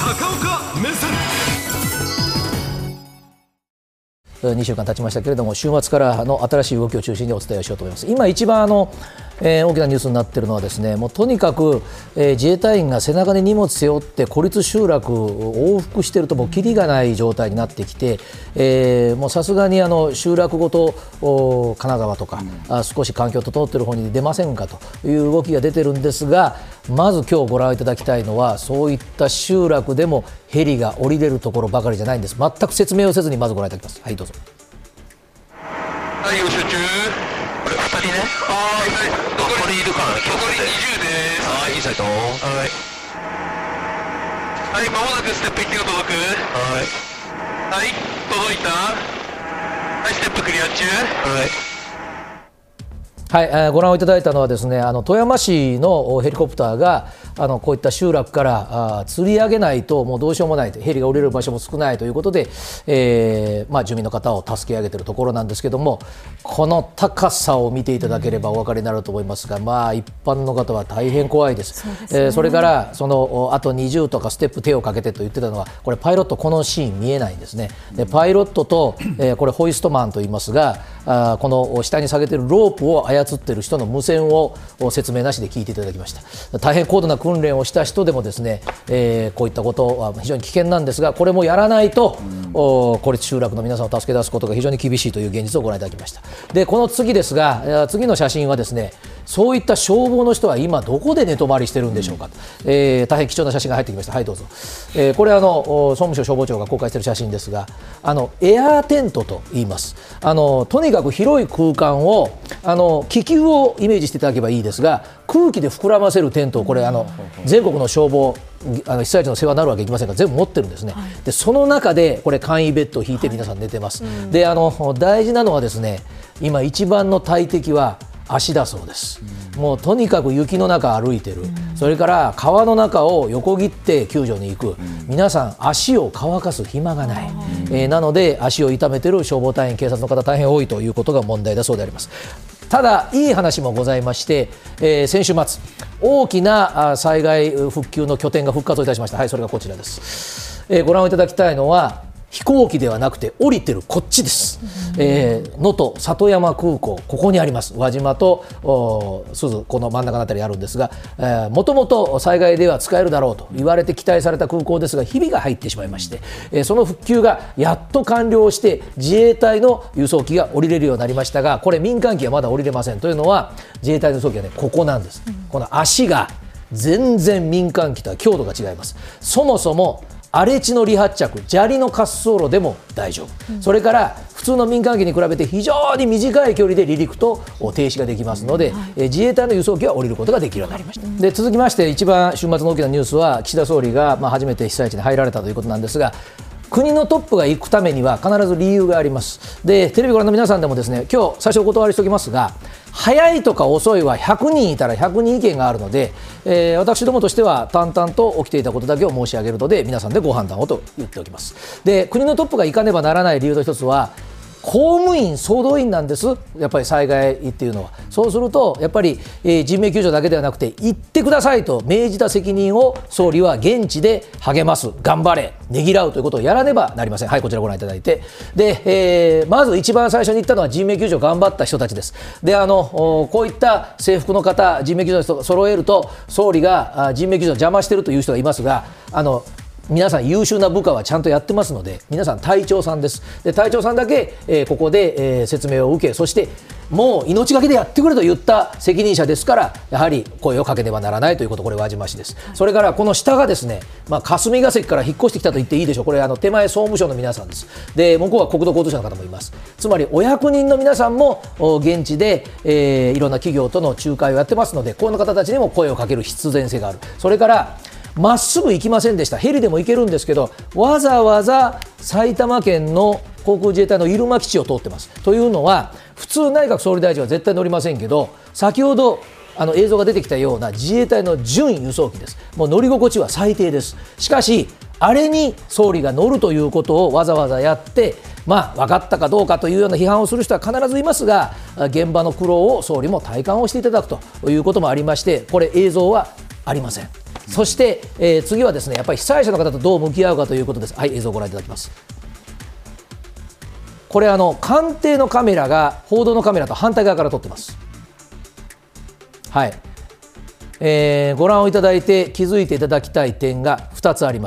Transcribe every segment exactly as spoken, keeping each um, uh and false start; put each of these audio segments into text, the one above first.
高岡目線。 にしゅうかん経ちましたけれども、週末からの新しい動きを中心にお伝えをしようと思います。今一番あの、えー、大きなニュースになっているのはですね、もうとにかく、えー、自衛隊員が背中に荷物背負って孤立集落を往復しているともうキリがない状態になってきて、えー、もうさすがにあの集落ごと神奈川とか、うん、あ少し環境整っている方に出ませんかという動きが出てるんですが、まず今日ご覧いただきたいのはそういった集落でもヘリが降りれるところばかりじゃないんです。全く説明をせずにまずご覧いただきます。はい、どうぞ。 はい、集中。これふたりね。はい、残りいるからね。残りにじゅうです。はい、インサイト。はい。はい、まもなくステップいちが届く。はい。はい、届いた。はい、ステップクリア中。はい。 はい、えー、ご覧いただいたのはですね、あの富山市のヘリコプターがあのこういった集落からあ釣り上げないともうどうしようもない、ヘリが降りれる場所も少ないということで、えーまあ、住民の方を助け上げているところなんですけども、この高さを見ていただければお分かりになると思いますが、まあ、一般の方は大変怖いです。そうですね。えー、それからそのあとにじゅうとかステップ手をかけてと言ってたのは、これパイロットこのシーン見えないんですね。でパイロットと、えー、これホイストマンと言いますが、あこの下に下げているロープを操っている人の無線を説明なしで聞いていただきました。大変高度な訓練をした人でもですね、えー、こういったことは非常に危険なんですが、これもやらないと、うん、孤立集落の皆さんを助け出すことが非常に厳しいという現実をご覧いただきました。でこの次ですが、次の写真はですね、そういった消防の人は今どこで寝泊まりしてるんでしょうか、うんえー、大変貴重な写真が入ってきました。はい、どうぞ。えー、これはあの総務省消防庁が公開している写真ですが、あのエアーテントと言います。あのとにかく広い空間をあの気球をイメージしていただけばいいですが、空気で膨らませるテントをこれあの全国の消防あの被災地の世話になるわけいきませんから全部持ってるんですね。はい、でその中でこれ簡易ベッドを引いて皆さん寝てます。はい、であの大事なのはですね、今一番の大敵は足だそうです。うん、もうとにかく雪の中歩いてる、うん、それから川の中を横切って救助に行く、うん、皆さん足を乾かす暇がない、うんえー、なので足を痛めてる消防隊員警察の方大変多いということが問題だそうであります。ただいい話もございまして、えー、先週末大きな災害復旧の拠点が復活をいたしました。はい、それがこちらです。えー、ご覧いただきたいのは飛行機ではなくて降りてるこっちです。えー、能登里山空港、ここにあります。輪島と珠洲、この真ん中のあたりにあるんですが、もともと災害では使えるだろうと言われて期待された空港ですが、ひびが入ってしまいまして、えー、その復旧がやっと完了して自衛隊の輸送機が降りれるようになりましたが、これ民間機はまだ降りれません。というのは自衛隊の輸送機はね、ここなんです。この足が全然民間機とは強度が違います。そもそも荒れ地の離発着、砂利の滑走路でも大丈夫、うん、それから普通の民間機に比べて非常に短い距離で離陸と停止ができますので、うんはい、え自衛隊の輸送機は降りることができるようになりました。うん、で続きまして一番週末の大きなニュースは、岸田総理がまあ初めて被災地に入られたということなんですが、国のトップが行くためには必ず理由があります。でテレビご覧の皆さんでもですね、今日最初お断りしておきますが、早いとか遅いはひゃくにんいたらひゃくにん意見があるので、えー、私どもとしては淡々と起きていたことだけを申し上げるので、皆さんでご判断をと言っておきます。で国のトップが行かねばならない理由の一つは、公務員、総動員なんです。やっぱり災害っていうのは。そうするとやっぱり、えー、人命救助だけではなくて行ってくださいと命じた責任を総理は現地で励ます、頑張れ、ねぎらうということをやらねばなりません。はい、こちらご覧いただいて、で、えー、まず一番最初に言ったのは人命救助頑張った人たちです。であのこういった制服の方、人命救助を揃えると総理が人命救助を邪魔しているという人がいますが、あの皆さん優秀な部下はちゃんとやってますので、皆さん隊長さんです。で隊長さんだけ、えー、ここで、えー、説明を受け、そしてもう命がけでやってくれと言った責任者ですから、やはり声をかけねばならないということ、これ輪島市です。それからこの下がですね、まあ、霞が関から引っ越してきたと言っていいでしょう。これあの手前総務省の皆さんです。で向こうは国土交通省の方もいます。つまりお役人の皆さんも現地で、えー、いろんな企業との仲介をやってますので、この方たちにも声をかける必然性がある。それからまっすぐ行きませんでした。ヘリでも行けるんですけど、わざわざ埼玉県の航空自衛隊の入間基地を通ってます。というのは、普通内閣総理大臣は絶対乗りませんけど、先ほどあの映像が出てきたような自衛隊の準輸送機です。もう乗り心地は最低です。しかしあれに総理が乗るということをわざわざやって、まあ、分かったかどうかというような批判をする人は必ずいますが、現場の苦労を総理も体感をしていただくということもありまして、これ映像はありません。 そして、えー、次はですねやっぱり被災者の方とどう向き合うかということです。はい、映像をご覧いただきます。これあの官邸のカメラが報道のカメラと反対側から撮ってます。はい、えー、ご覧をいただいて気づいていただきたい点がふたつあります。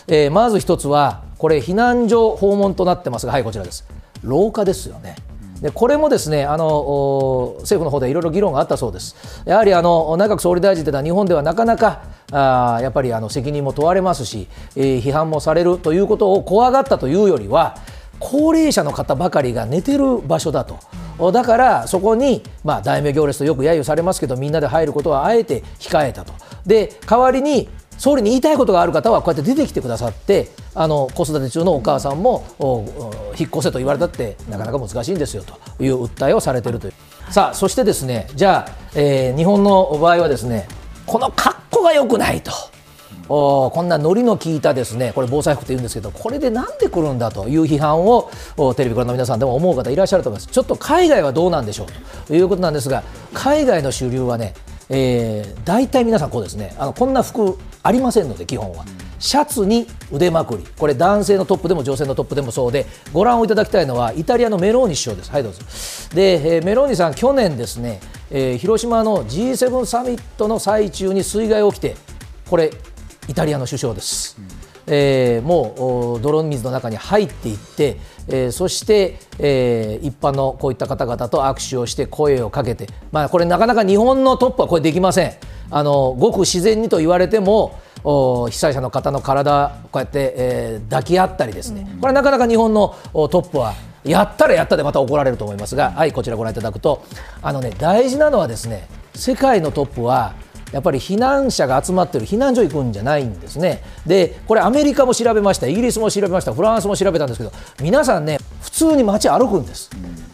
えー、まずひとつはこれ避難所訪問となってますが、はい、こちらです。廊下ですよね。でこれもですねあの政府の方でいろいろ議論があったそうです。やはりあの内閣総理大臣というのは日本ではなかなかあやっぱりあの責任も問われますし、えー、批判もされるということを怖がったというよりは高齢者の方ばかりが寝てる場所だと。だからそこに、まあ、大名行列とよく揶揄されますけどみんなで入ることはあえて控えたと。で代わりに総理に言いたいことがある方はこうやって出てきてくださってあの子育て中のお母さんも引っ越せと言われたってなかなか難しいんですよという訴えをされているという。さあそしてですねじゃあ、えー、日本の場合はですねこの格好が良くないと。おこんなノリの効いたですねこれ防災服って言うんですけどこれでなんで来るんだという批判をテレビご覧の皆さんでも思う方いらっしゃると思います。ちょっと海外はどうなんでしょうということなんですが海外の主流はね、えー、大体皆さんこうですねあのこんな服ありませんので基本はシャツに腕まくりこれ男性のトップでも女性のトップでもそうでご覧をいただきたいのはイタリアのメローニ首相です。はいどうぞ。で、えー、メローニさん去年ですね、えー、広島の ジーセブン サミットの最中に水害起きてこれイタリアの首相です、うんえー、もう泥水の中に入っていって、えー、そして、えー、一般のこういった方々と握手をして声をかけて、まあ、これなかなか日本のトップはこれできません。あのごく自然にと言われても被災者の方の体をこうやって、えー、抱き合ったりですね、うん、これはなかなか日本のトップはやったらやったでまた怒られると思いますが、はい、こちらご覧いただくとあの、ね、大事なのはですね世界のトップはやっぱり避難者が集まっている避難所行くんじゃないんですね。でこれアメリカも調べましたイギリスも調べましたフランスも調べたんですけど皆さんね普通に街歩くんです、うん、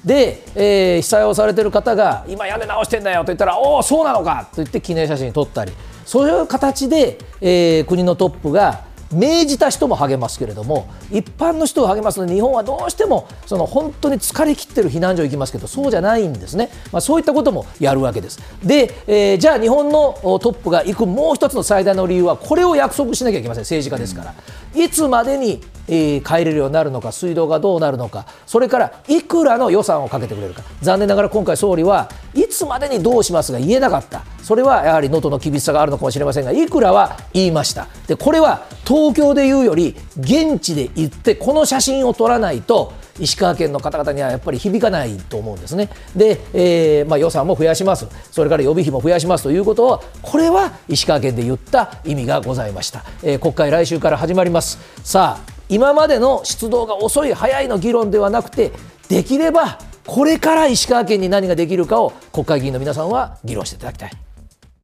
で、えー、被災をされている方が今屋根直してんだよと言ったらおおそうなのかと言って記念写真撮ったりそういう形で、えー、国のトップが命じた人も励ますけれども一般の人を励ますので日本はどうしてもその本当に疲れ切ってる避難所行きますけどそうじゃないんですね、まあ、そういったこともやるわけです。で、えー、じゃあ日本のトップが行くもう一つの最大の理由はこれを約束しなきゃいけません。政治家ですから、うん、いつまでに、えー、帰れるようになるのか水道がどうなるのかそれからいくらの予算をかけてくれるか残念ながら今回総理はいつまでにどうしますが言えなかった。それはやはり能登の厳しさがあるのかもしれませんがいくらは言いました。でこれは東京で言うより現地で行ってこの写真を撮らないと石川県の方々にはやっぱり響かないと思うんですね。で、えーまあ、予算も増やしますそれから予備費も増やしますということはこれは石川県で言った意味がございました、えー、国会来週から始まります。さあ今までの出動が遅い早いの議論ではなくてできればこれから石川県に何ができるかを国会議員の皆さんは議論していただきたい。